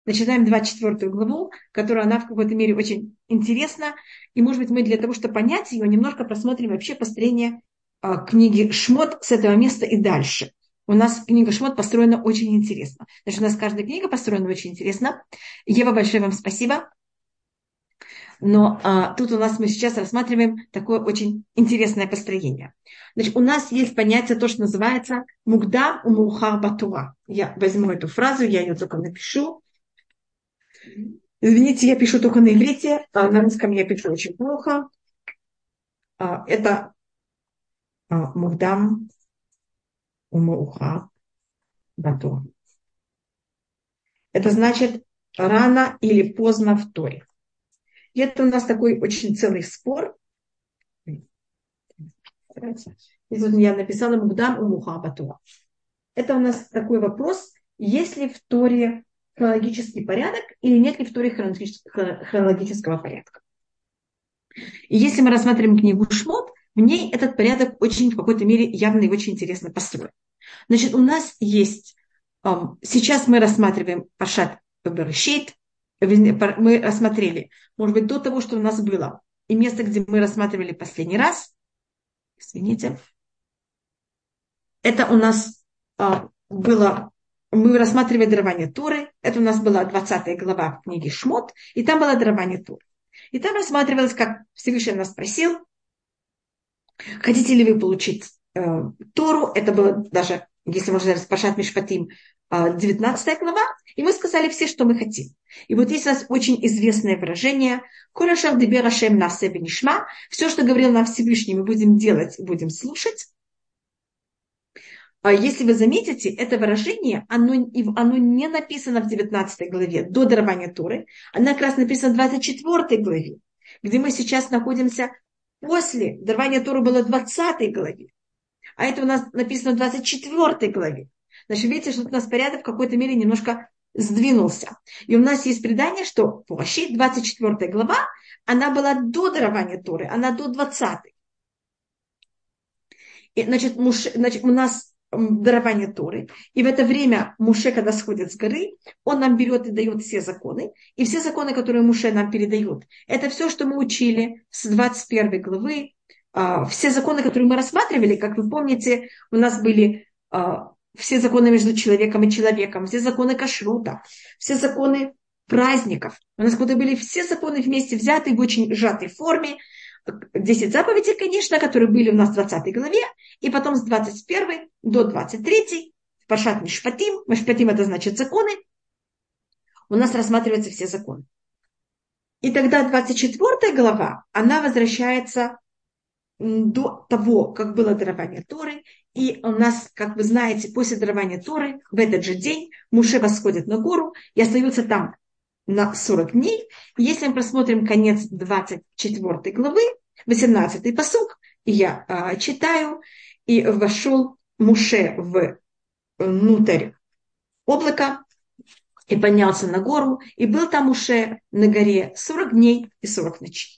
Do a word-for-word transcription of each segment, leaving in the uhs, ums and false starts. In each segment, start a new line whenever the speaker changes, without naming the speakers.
начинаем двадцать четвёртую главу, которая она в какой-то мере очень интересна. И, может быть, мы для того, чтобы понять ее, немножко просмотрим вообще построение а, книги Шмот с этого места и дальше. У нас книга Шмот построена очень интересно. Значит, у нас каждая книга построена очень интересно. Ева, большое вам спасибо. Но а, тут у нас мы сейчас рассматриваем такое очень интересное построение. Значит, у нас есть понятие, то, что называется мугдам умухар батура. Я возьму эту фразу, я ее только напишу. Извините, я пишу только на иврите, а на русском я пишу очень плохо. А, это а, мугдам умухар батура. Это значит рано или поздно в Торе. И это у нас такой очень целый спор. Здесь вот я написала мугдам умухар батура. Это у нас такой вопрос, есть ли в Торе хронологический порядок или нет ли в Торе хронологического порядка. И если мы рассматриваем книгу Шмот, в ней этот порядок очень в какой-то мере явно и очень интересно построен. Значит, у нас есть, сейчас мы рассматриваем Пашат Берешит, мы рассмотрели, может быть, до того, что у нас было, и место, где мы рассматривали последний раз, извините, это у нас а, было, мы рассматривали дарование Торы, это у нас была двадцатая глава в книге Шмот, и там было дарование Торы. И там рассматривалось, как Всевышний нас спросил, хотите ли вы получить э, Тору, это было даже, если можно сказать, Пашат Мишпатим, э, девятнадцатая глава, и мы сказали все, что мы хотим. И вот есть у нас очень известное выражение «Колашав дебер Ашем насебе нишма», все, что говорил нам Всевышний, мы будем делать и будем слушать. Если вы заметите, это выражение, оно, оно не написано в девятнадцатой главе до дарования Торы, оно как раз написано в двадцать четвёртой главе, где мы сейчас находимся после дарования Торы было в двадцатой главе, а это у нас написано в двадцать четвёртой главе. Значит, видите, что у нас порядок в какой-то мере немножко сдвинулся. И у нас есть предание, что Пурашит, двадцать четвёртая глава, она была до дарования Торы, она до двадцатой. И, значит, Муше, значит, у нас дарование Торы. И в это время Муше, когда сходит с горы, он нам берет и дает все законы. И все законы, которые Муше нам передает, это все, что мы учили с двадцать первой главы. Все законы, которые мы рассматривали, как вы помните, у нас были все законы между человеком и человеком, все законы кашрута, все законы праздников. У нас куда были все законы вместе взяты в очень сжатой форме. Десять заповедей, конечно, которые были у нас в двадцатой главе, и потом с двадцать первой до двадцать третьей, в Пашат Мишпатим, Мишпатим это значит законы, у нас рассматриваются все законы. И тогда двадцать четвёртая глава, она возвращается до того, как было дарование Торы, и у нас, как вы знаете, после дарования Торы, в этот же день Муше восходит на гору и остается там на сорок дней. Если мы просмотрим конец двадцать четвёртой главы, восемнадцатый пасук, я а, читаю, и вошел Муше в внутрь облака и поднялся на гору, и был там Муше на горе сорок дней и сорок ночей.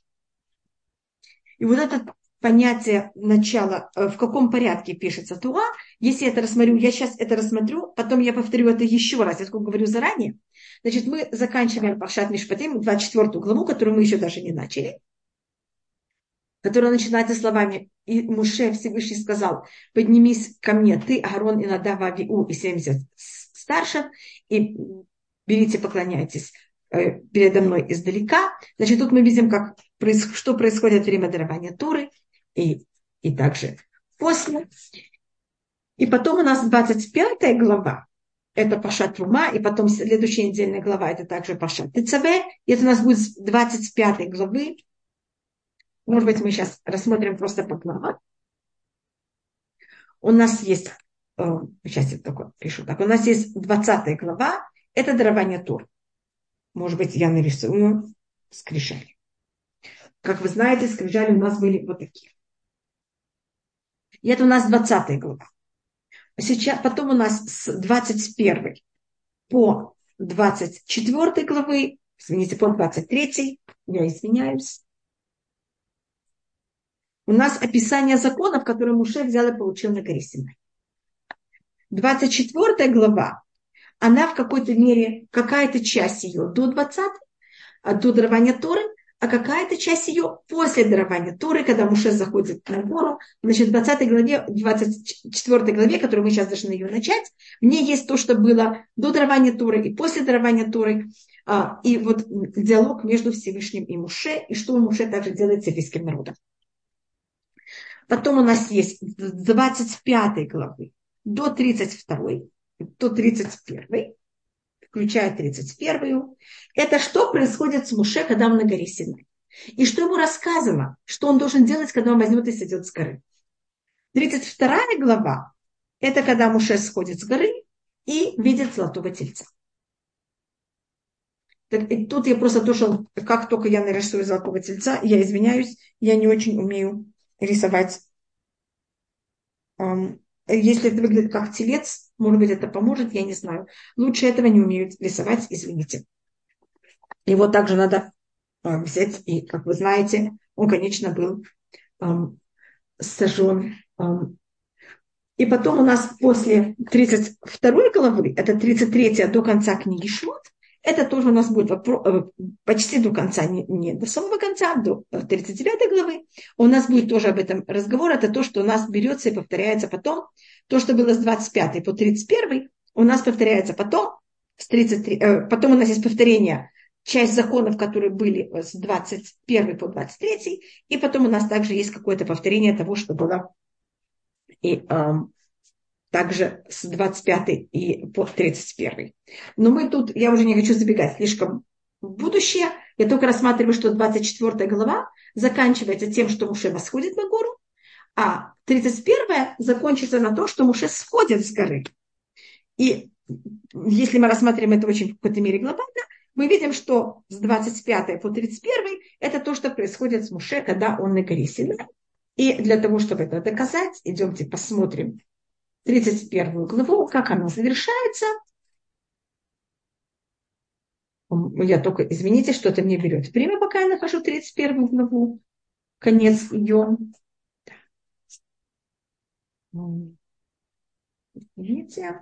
И вот это понятие начала, в каком порядке пишется Туа, если я это рассмотрю, я сейчас это рассмотрю, потом я повторю это еще раз, я только говорю заранее. Значит, мы заканчиваем Пашат Мишпатим, двадцать четвёртую главу, которую мы еще даже не начали, которая начинается словами, и Муше Всевышний сказал, поднимись ко мне, ты, Аарон, и Надав, Авиу, и семьдесят старших, и берите, поклоняйтесь передо мной издалека. Значит, тут мы видим, как, что происходит во время дарования Торы, и, и также после. И потом у нас двадцать пятая глава, это Пашат Трума, и потом следующая недельная глава, это также Пашат Тецаве, и это у нас будет с двадцать пятой главы. Может быть, мы сейчас рассмотрим просто по главам. У нас есть, сейчас я только пишу так, у нас есть двадцатая глава, это дарование Торы. Может быть, я нарисую скрижали. Как вы знаете, скрижали у нас были вот такие. И это у нас двадцатая глава. Сейчас, потом у нас с двадцать первой по двадцать четвёртой главы, извините, по двадцать третьей, я извиняюсь, у нас описание законов, которые Муше взял и получил на горе Синай. двадцать четвёртая глава, она в какой-то мере, какая-то часть ее до двадцатой, до дарования Торы, а какая-то часть ее после дарования Торы, когда Моше заходит на гору. Значит, в двадцатой главе, двадцать четвёртой главе, которую мы сейчас должны ее начать, в ней есть то, что было до дарования Торы и после дарования Торы. И вот диалог между Всевышним и Моше, и что Моше также делает с еврейским народом. Потом у нас есть с двадцать пятой главы до тридцать второй, до тридцать первой, включая тридцать первую, это что происходит с Моше, когда он на горе Синай. И что ему рассказано, что он должен делать, когда он возьмет и сойдет с горы. тридцать вторая глава, это когда Моше сходит с горы и видит золотого тельца. Так, и тут я просто тоже, как только я нарисую золотого тельца, я извиняюсь, я не очень умею рисовать. Если это выглядит как телец, может быть, это поможет, я не знаю. Лучше этого не умею рисовать, извините. Его также надо э, взять, и, как вы знаете, он, конечно, был э, сожжен. Э. И потом у нас после тридцать второй главы, это тридцать третья до конца книги Шмот, это тоже у нас будет вопрос, почти до конца, не, не до самого конца, до тридцать девятой главы. У нас будет тоже об этом разговор. Это то, что у нас берется и повторяется потом. То, что было с двадцать пятой по тридцать первой, у нас повторяется потом. С тридцать три, э, потом у нас есть повторение, часть законов, которые были с двадцать первой по двадцать третий. И потом у нас также есть какое-то повторение того, что было и э, также с двадцать пятой и по тридцать первой. Но мы тут, я уже не хочу забегать слишком в будущее, я только рассматриваю, что двадцать четвёртая глава заканчивается тем, что Моше восходит на гору, а тридцать первая закончится на том, что Моше сходит с горы. И если мы рассматриваем это очень в какой-то мере глобально, мы видим, что с двадцать пятой по тридцать первой это то, что происходит с Моше, когда он на горе Синай. И для того, чтобы это доказать, идемте посмотрим тридцать первую главу, как она завершается. Я только, извините, что-то мне берет время, пока я нахожу тридцать первую главу. Конец ее. Видите?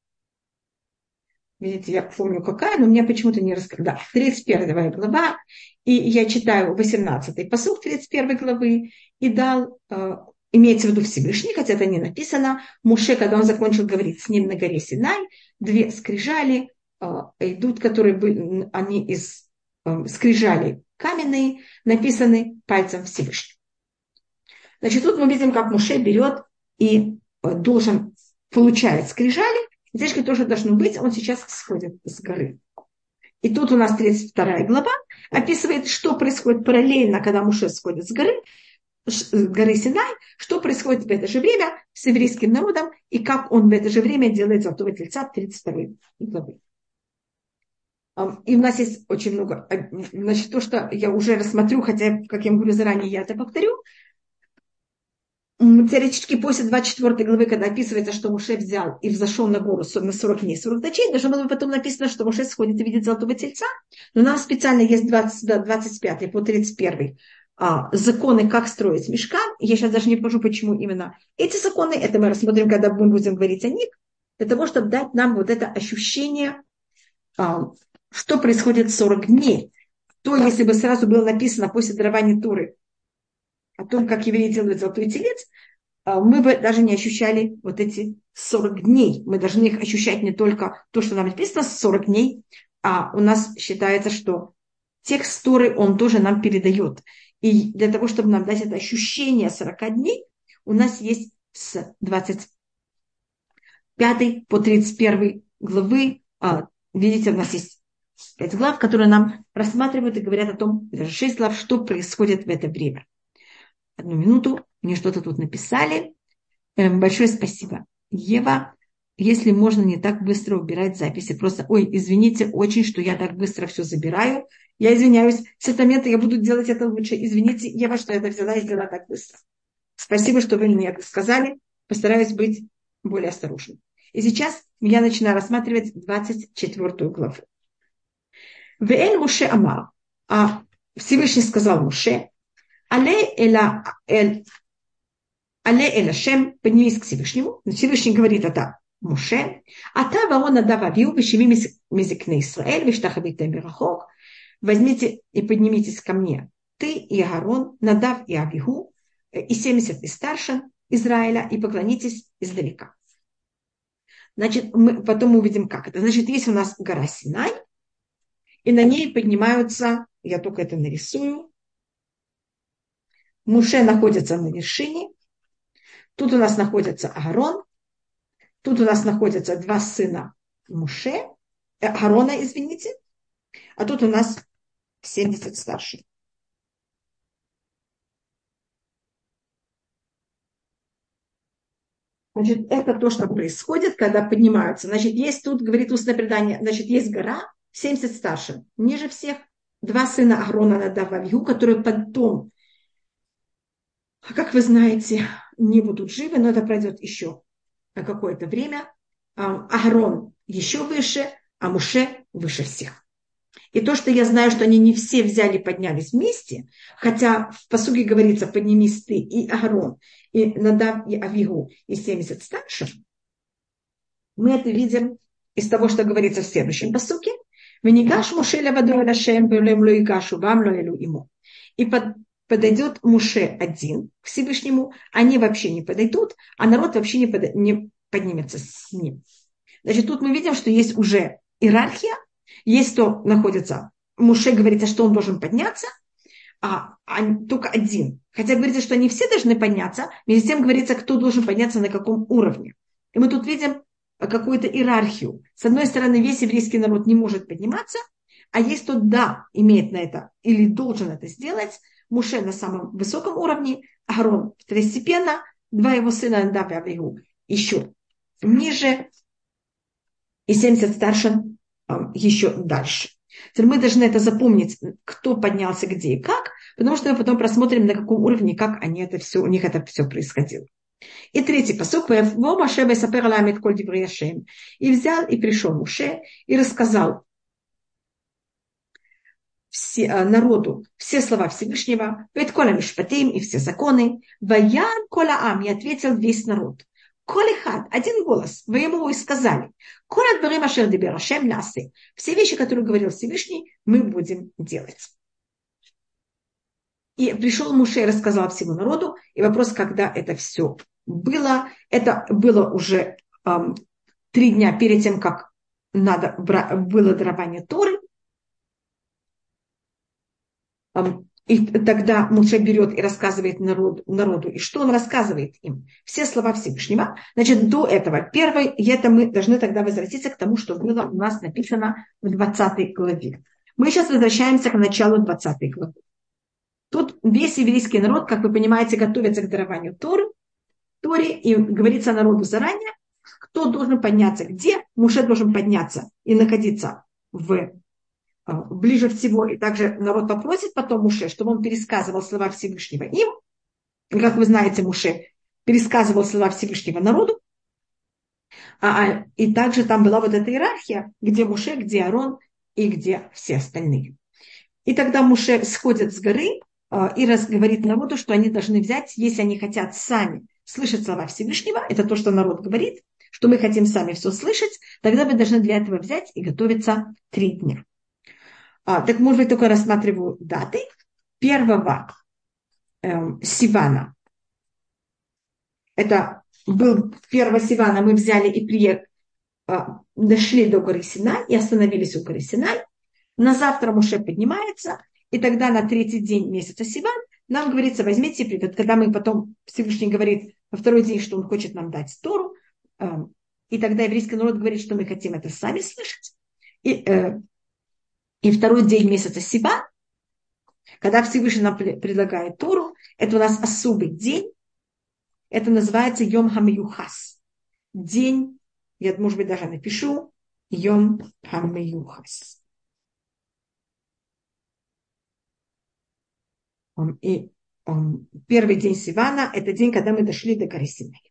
Видите, я помню, какая, но у меня почему-то не рассказала. Да, тридцать первая глава, и я читаю восемнадцатый пасук тридцать первой главы, и дал, э, имеется в виду Всевышний, хотя это не написано, Моше, когда он закончил говорить с ним на горе Синай, две скрижали э, идут, которые были, они из э, скрижали каменные, написаны пальцем Всевышнего. Значит, тут мы видим, как Моше берет и э, должен, получает скрижали. Здесь же тоже должно быть, он сейчас сходит с горы. И тут у нас тридцать вторая глава описывает, что происходит параллельно, когда Моше сходит с горы, с горы Синай, что происходит в это же время с еврейским народом, и как он в это же время делает золотого тельца в тридцать второй главе. И у нас есть очень много, значит, то, что я уже рассмотрю, хотя, как я говорю заранее, я это повторю. Теоретически после двадцать четвёртой главы, когда описывается, что Моше взял и взошел на гору на сорок дней, сорок ночей, должно было потом написано, что Моше сходит и видит золотого тельца. Но у нас специально есть двадцать, двадцать пятый по тридцать первый а, законы, как строить мишкан. Я сейчас даже не покажу, почему именно эти законы. Это мы рассмотрим, когда мы будем говорить о них. Для того, чтобы дать нам вот это ощущение, а, что происходит сорок дней. То, если бы сразу было написано после дарования Торы о том, как евреи делают золотой телец, мы бы даже не ощущали вот эти сорок дней. Мы должны их ощущать не только то, что нам написано сорок дней, а у нас считается, что текст Торы, он тоже нам передает. И для того, чтобы нам дать это ощущение сорока дней, у нас есть с двадцать пятой по тридцать первой главы, видите, у нас есть пять глав, которые нам рассматривают и говорят о том, даже шесть глав, что происходит в это время. Одну минуту, мне что-то тут написали. Эм, большое спасибо. Ева, если можно не так быстро убирать записи. Просто, ой, извините очень, что я так быстро все забираю. Я извиняюсь. С этого момента я буду делать это лучше. Извините, Ева, что я это взяла и сделала так быстро. Спасибо, что вы мне это сказали. Постараюсь быть более осторожной. И сейчас я начинаю рассматривать двадцать четвёртую главу. Веэль Моше Амар. А Всевышний сказал Моше, Але эль Ашем, поднимись к Всевышнему. Всевышний говорит это Муше, а та ваона дава виу бешеми мизикне Исраэль, виштахавите мирахок, возьмите и поднимитесь ко мне, ты и Аарон, Надав и Авигу, и семьдесят из старшин Израиля, и поклонитесь издалека. Значит, мы потом увидим, как это. Значит, есть у нас гора Синай, и на ней поднимаются, я только это нарисую, Муше находится на вершине, тут у нас находится Аарон, тут у нас находятся два сына Муше, э, Аарона, извините, а тут у нас семьдесят старших. Значит, это то, что происходит, когда поднимаются. Значит, есть тут, говорит устное предание, значит, есть гора, семьдесят старших. Ниже всех два сына Аарона, Надав и Авигу, которые потом, как вы знаете, не будут живы, но это пройдет еще какое-то время. Аарон еще выше, а Муше выше всех. И то, что я знаю, что они не все взяли и поднялись вместе, хотя в посуге говорится «поднимись ты и Аарон, и Надав и Авигу, и семьдесят старших», мы это видим из того, что говорится в следующем посуге. «Венигаш Муше левадо элашем, велем ло игашу, вам ло элу ему». И под, подойдет Муше один к Всевышнему, они вообще не подойдут, а народ вообще не, под, не поднимется с ним. Значит, тут мы видим, что есть уже иерархия, есть кто находится, Муше говорится, что он должен подняться, а, а только один. Хотя говорится, что они все должны подняться, вместе с тем говорится, кто должен подняться на каком уровне. И мы тут видим какую-то иерархию. С одной стороны, весь еврейский народ не может подниматься, а есть кто, да, имеет на это или должен это сделать. Муше на самом высоком уровне, Аарон второстепенно, два его сына Надав и Авигу еще ниже, и семьдесят старшин еще дальше. Теперь мы должны это запомнить, кто поднялся где и как, потому что мы потом просмотрим, на каком уровне, как они это все, у них это все происходило. И третий пасук. И взял и пришел Муше и рассказал все, народу все слова Всевышнего, и все законы, Ваян Колаам, и ответил весь народ. Колихад, один голос, вы ему и сказали, все вещи, которые говорил Всевышний, мы будем делать. И пришел Муше и рассказал всему народу, и вопрос, когда это все было, это было уже эм, три дня перед тем, как надо, было дарование Торы. Эм, И тогда Муше берет и рассказывает народу, народу. И что он рассказывает им? Все слова Всевышнего. Значит, до этого, первое, и это мы должны тогда возвратиться к тому, что было у нас написано в двадцатой главе. Мы сейчас возвращаемся к началу двадцатой главы. Тут весь еврейский народ, как вы понимаете, готовится к дарованию Торы, Торе, и говорится народу заранее, кто должен подняться, где Муше должен подняться и находиться в ближе всего, и также народ попросит потом Муше, чтобы он пересказывал слова Всевышнего им. И, как вы знаете, Муше пересказывал слова Всевышнего народу. А, и также там была вот эта иерархия, где Муше, где Аарон и где все остальные. И тогда Муше сходит с горы а, и раз, говорит народу, что они должны взять, если они хотят сами слышать слова Всевышнего, это то, что народ говорит, что мы хотим сами все слышать, тогда вы должны для этого взять и готовиться три дня. А, так, может быть, только рассматриваю даты. Первого эм, Сивана. Это был первого Сивана. Мы взяли и приехали, а, дошли до горы Синай и остановились у горы Синай. На завтра Муше поднимается. И тогда на третий день месяца Сиван нам говорится, возьмите, когда мы потом, Всевышний говорит во второй день, что он хочет нам дать Тору. Эм, и тогда еврейский народ говорит, что мы хотим это сами слышать. И э, И второй день месяца Сиван, когда Всевышний нам предлагает Тору, это у нас особый день. Это называется Йом Хамиюхас. День, я, может быть, даже напишу, Йом Хамиюхас. И um, первый день Сивана – это день, когда мы дошли до горы Синай.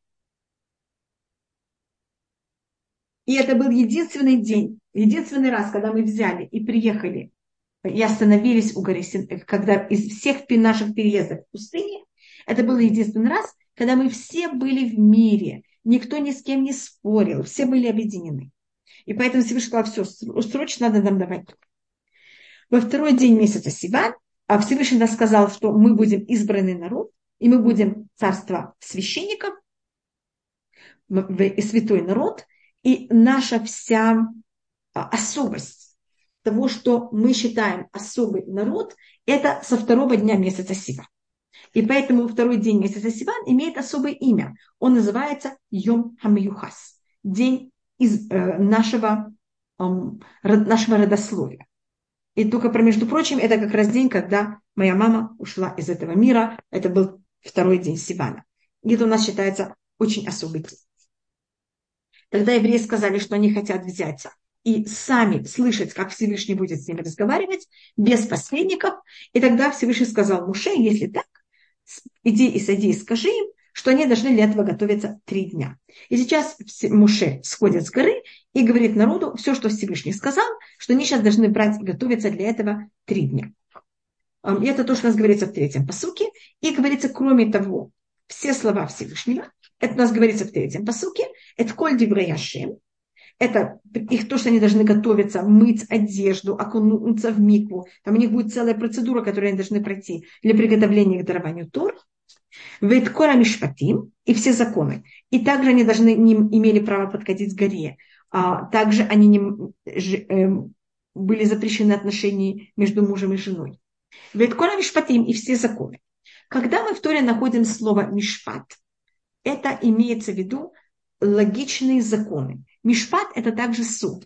И это был единственный день, единственный раз, когда мы взяли и приехали и остановились у горы Синай, когда из всех наших переездов в пустыне, это был единственный раз, когда мы все были в мире. никто ни с кем не спорил, все были объединены. И поэтому Всевышний сказал, все, срочно надо нам давать. Во второй день месяца Сиван, а Всевышний нас сказал, что мы будем избранный народ, и мы будем царство священников, и святой народ, и наша вся особость того, что мы считаем особый народ, это со второго дня месяца Сиван. И поэтому второй день месяца Сиван имеет особое имя. Он называется Йом Хамиюхас, день из э, нашего, э, нашего родословия. И только, между прочим, это как раз день, когда моя мама ушла из этого мира. Это был второй день Сивана. И это у нас считается очень особый день. Тогда евреи сказали, что они хотят взять и сами слышать, как Всевышний будет с ними разговаривать, без посредников. И тогда Всевышний сказал Моше, если так, иди и сади и скажи им, что они должны для этого готовиться три дня. И сейчас Моше сходит с горы и говорит народу все, что Всевышний сказал, что они сейчас должны брать и готовиться для этого три дня. И это то, что у нас говорится в третьем пасуке. И говорится, кроме того, все слова Всевышнего, это у нас говорится в третьем пасуке, это коль диврей Ашем, это их то, что они должны готовиться, мыть одежду, окунуться в микву. Там у них будет целая процедура, которую они должны пройти для приготовления к дарованию Тор. Вейткора мишпатим и все законы. И также они должны не имели право подходить к горе. А также они не, ж, э, были запрещены отношения между мужем и женой. Вейткора мишпатим и все законы. Когда мы в Торе находим слово мишпат, это имеется в виду логичные законы. Мишпат – это также суд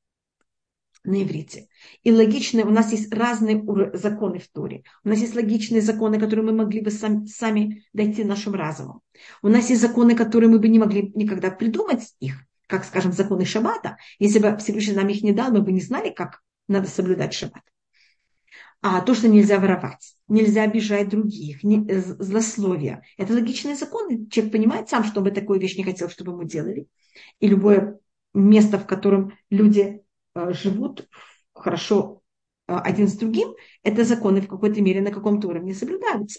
на иврите. И логичные, у нас есть разные законы в Торе. У нас есть логичные законы, которые мы могли бы сами, сами дойти нашим разумом. У нас есть законы, которые мы бы не могли никогда придумать их, как, скажем, законы Шаббата. Если бы Всевышний нам их не дал, мы бы не знали, как надо соблюдать Шаббат. А то, что нельзя воровать, нельзя обижать других, не, злословие. Это логичные законы. Человек понимает сам, что он бы такую вещь не хотел, чтобы ему делали. И любое место, в котором люди э, живут хорошо э, один с другим, это законы в какой-то мере на каком-то уровне соблюдаются.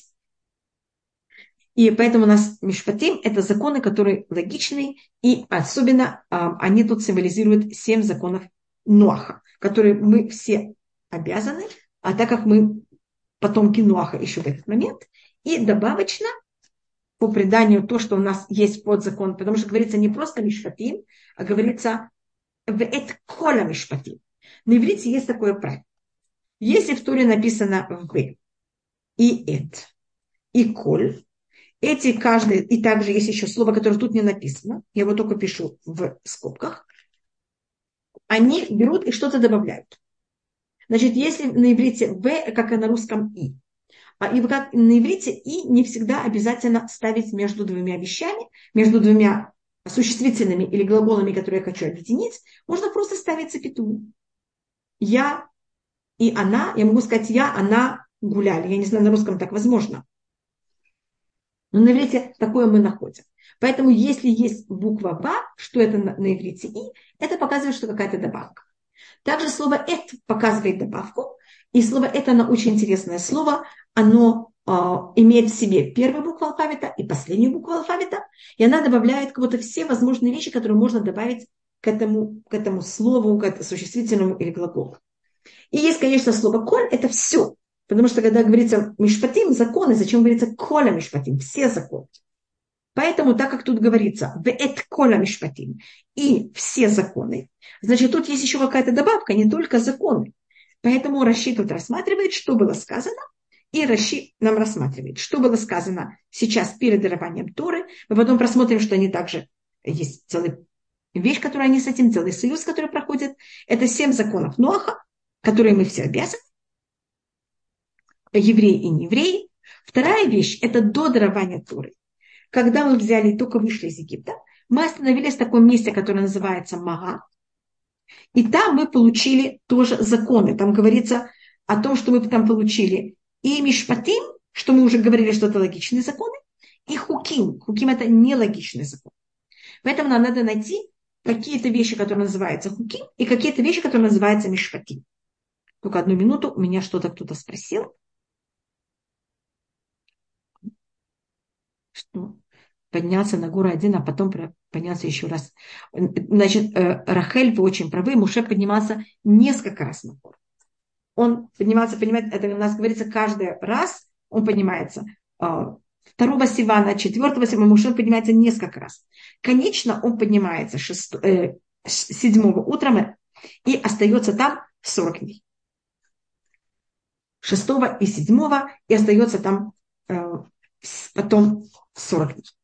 И поэтому у нас мишпатим – это законы, которые логичные, и особенно э, они тут символизируют семь законов Ноаха, которые мы все обязаны. А так как мы потомки Ноаха еще в этот момент, и добавочно, по преданию, то, что у нас есть подзакон, потому что говорится не просто мишпатим, а говорится вэт кола мишпатим. На иврите есть такое правило. Если в Торе написано в и эт, и коль, эти каждый, и также есть еще слово, которое тут не написано, я его только пишу в скобках, они берут и что-то добавляют. Значит, если на иврите «в», как и на русском «и», а и как на иврите «и» не всегда обязательно ставить между двумя вещами, между двумя существительными или глаголами, которые я хочу объединить, можно просто ставить запятую. Я и она, я могу сказать «я», «она» гуляли. Я не знаю, на русском так возможно. Но на иврите такое мы находим. Поэтому если есть буква «ба», что это на, на иврите «и», это показывает, что какая-то добавка. Также слово «эт» показывает добавку. И слово «эт» оно очень интересное слово. Оно э, имеет в себе первую букву алфавита и последнюю букву алфавита. И она добавляет как будто все возможные вещи, которые можно добавить к этому, к этому слову, к существительному или глаголу. И есть, конечно, слово «коль» – это все. Потому что когда говорится «мишпатим» – законы, зачем говорится «коля мишпатим» – все законы. Поэтому, так как тут говорится «вэт кола мишпатим» и все законы, значит, тут есть еще какая-то добавка, не только законы. Поэтому Раши тут рассматривает, что было сказано, и Раши нам рассматривает, что было сказано сейчас перед дарованием Торы. Мы потом просмотрим, что они также есть целая вещь, которую они с этим, целый союз, который проходит. Это семь законов Ноаха, которые мы все обязаны, евреи и неевреи. Вторая вещь – это до дарования Торы. Когда мы взяли и только вышли из Египта, мы остановились в таком месте, которое называется Мага. И там мы получили тоже законы. Там говорится о том, что мы там получили и Мишпатим, что мы уже говорили, что это логичные законы, и Хуким. Хуким – это нелогичный закон. Поэтому нам надо найти какие-то вещи, которые называются Хуким, и какие-то вещи, которые называются Мишпатим. Только одну минуту, у меня что-то кто-то спросил. Что? поднялся на гору один, а потом поднялся еще раз. Значит, Рахель, вы очень правы, Муше поднимался несколько раз на гору. Он поднимался, понимаете, это у нас говорится каждый раз, он поднимается. Второго Сивана, четвертого Сивана Муше поднимается несколько раз. Конечно, он поднимается шесто, э, седьмого утром и остается там сорок дней. Шестого и седьмого и остается там э, потом сорок дней.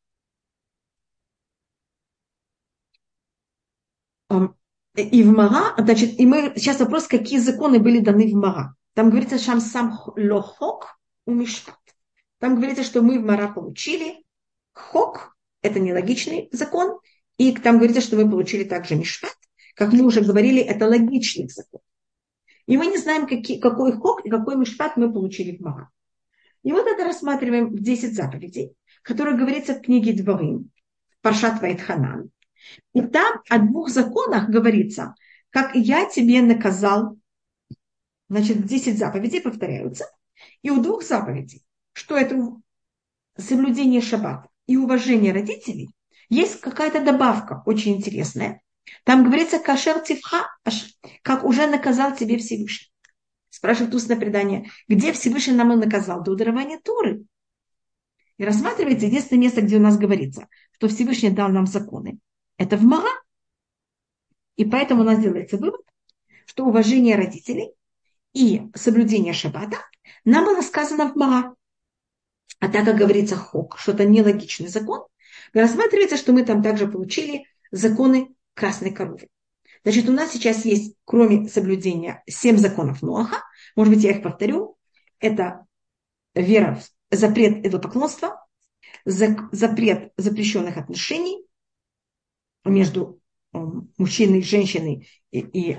И в Мара, значит, и мы сейчас вопрос, какие законы были даны в Мара. Там говорится, шам сам лохок у мишпат. Там говорится, что мы в Мара получили хок, это нелогичный закон, и там говорится, что мы получили также мишпат, как мы уже говорили, это логичный закон. И мы не знаем, какие, какой хок и какой мишпат мы получили в Мара. И вот это рассматриваем в десять заповедей, которые говорится в книге Дворим, Паршат Ваэтханан. И там о двух законах говорится, как я тебе наказал, значит, десять заповедей повторяются, и у двух заповедей, что это соблюдение шаббата и уважение родителей, есть какая-то добавка очень интересная. Там говорится кашер цифха, как уже наказал тебе Всевышний. Спрашивает устное предание, где Всевышний нам наказал? До дарования Торы. И рассматривается единственное место, где у нас говорится, что Всевышний дал нам законы. Это в Мара. И поэтому у нас делается вывод, что уважение родителей и соблюдение шаббата нам было сказано в Мара. А так как говорится хок, что-то нелогичный закон, рассматривается, что мы там также получили законы красной коровы. Значит, у нас сейчас есть, кроме соблюдения, семь законов Ноаха. Может быть, я их повторю. Это вера, запрет идолопоклонства, запрет запрещенных отношений между мужчиной и женщиной и, и,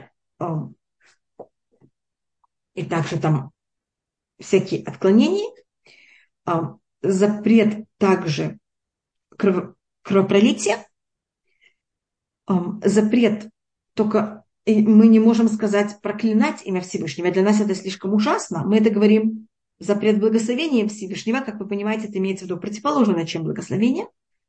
и также там всякие отклонения. Запрет также крово, кровопролития. Запрет только мы не можем сказать проклинать имя Всевышнего. Для нас это слишком ужасно. Мы это говорим запрет благословения Всевышнего. Как вы понимаете, это имеется в виду противоположное, чем благословение.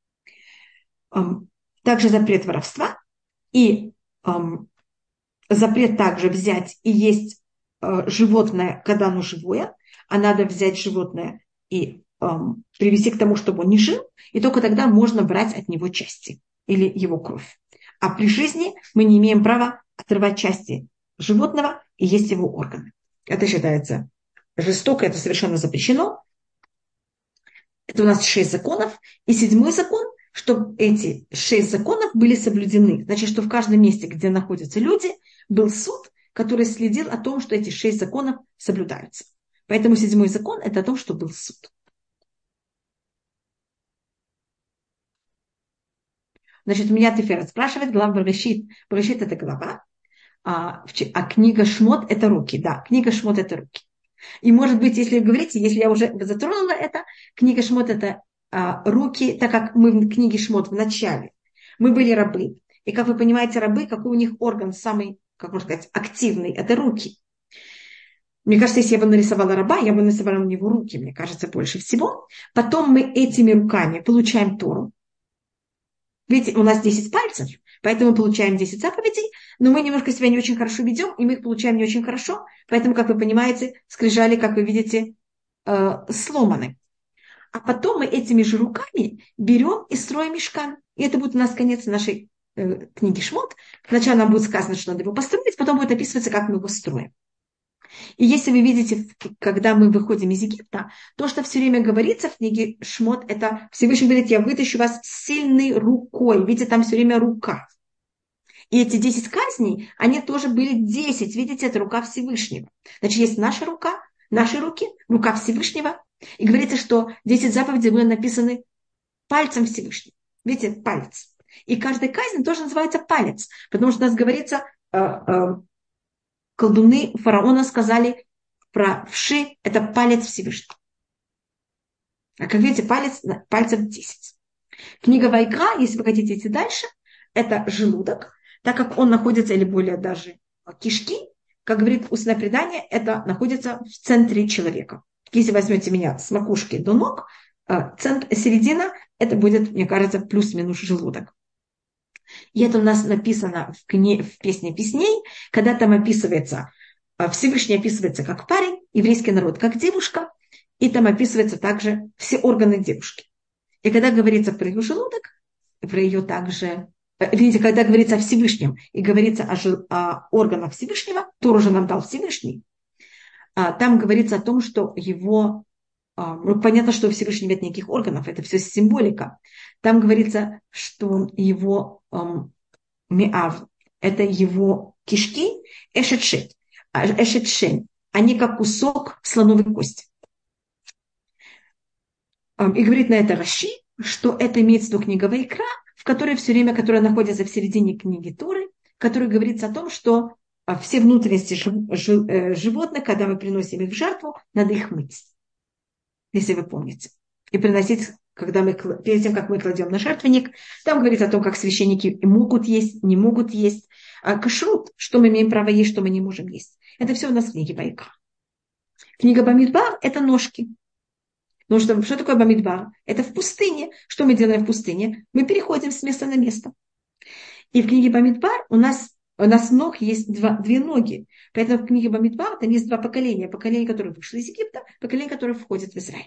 Также запрет воровства. И эм, запрет также взять и есть э, животное, когда оно живое. А надо взять животное и эм, привести к тому, чтобы он не жил. И только тогда можно брать от него части или его кровь. А при жизни мы не имеем права отрывать части животного и есть его органы. Это считается жестоко, это совершенно запрещено. Это у нас шесть законов. И седьмой закон, чтобы эти шесть законов были соблюдены. Значит, что в каждом месте, где находятся люди, был суд, который следил о том, что эти шесть законов соблюдаются. Поэтому седьмой закон – это о том, что был суд. Значит, у меня Теферет спрашивает, глава Берешит. Берешит – это глава, а, а книга Шмот – это руки. Да, книга Шмот – это руки. И, может быть, если вы говорите, если я уже затронула это, книга Шмот – это а, руки, так как мы в книге Шмот в начале, мы были рабы. И, как вы понимаете, рабы, какой у них орган самый, как можно сказать, активный – это руки. Мне кажется, если я бы нарисовала раба, я бы нарисовала у него руки, мне кажется, больше всего. Потом мы этими руками получаем Тору. Видите, у нас десять пальцев, поэтому мы получаем десять заповедей, но мы немножко себя не очень хорошо ведем, и мы их получаем не очень хорошо. Поэтому, как вы понимаете, скрижали, как вы видите, э, сломаны. А потом мы этими же руками берем и строим мишкан. И это будет у нас конец нашей э, книги Шмот. Сначала нам будет сказано, что надо его построить, потом будет описываться, как мы его строим. И если вы видите, когда мы выходим из Египта, то, что все время говорится в книге Шмот, это Всевышний говорит, я вытащу вас сильной рукой. Видите, там все время рука. И эти десять казней, они тоже были десять. Видите, это рука Всевышнего. Значит, есть наша рука, наши руки, рука Всевышнего. И говорится, что десять заповедей были написаны пальцем Всевышнего. Видите, палец. И каждая казнь тоже называется палец. Потому что у нас говорится... Э, э, колдуны фараона сказали про вши, это палец Всевышнего. А как видите, палец, пальцев десять. Книга Вайкра, если вы хотите идти дальше, это желудок, так как он находится, или более даже кишки, как говорит устное предание, это находится в центре человека. Если возьмете меня с макушки до ног, А центр, середина, это будет, мне кажется, плюс-минус желудок. И это у нас написано в, кни... в песне песней, когда там описывается, Всевышний описывается как парень, еврейский народ как девушка, и там описываются также все органы девушки. И когда говорится про ее желудок, про ее также, видите, когда говорится о Всевышнем и говорится о, жел... о органах Всевышнего, Тору же нам дал Всевышний, там говорится о том, что его, ну, понятно, что у Всевышнего нет никаких органов, это все символика. Там говорится, что его миав, это его кишки, эшетшет, эшетшень, они как кусок слоновой кости. И говорит на это Раши, что это имеется в виду книга Вайкра, в которой все время, которая находится в середине книги Торы, в которой говорится о том, что все внутренности животных, когда мы приносим их в жертву, надо их мыть, если вы помните. И приносить, когда мы, перед тем, как мы кладем на жертвенник, там говорится о том, как священники могут есть, не могут есть. А кашрут, что мы имеем право есть, что мы не можем есть. Это все у нас в книге Вайкра. Книга Бамидбар – это ножки. Потому что что такое Бамидбар? Это в пустыне. Что мы делаем в пустыне? Мы переходим с места на место. И в книге Бамидбар у нас, у нас ног есть два, две ноги. Поэтому в книге Бамидбар там есть два поколения. Поколение, которое вышло из Египта, поколение, которое входит в Израиль.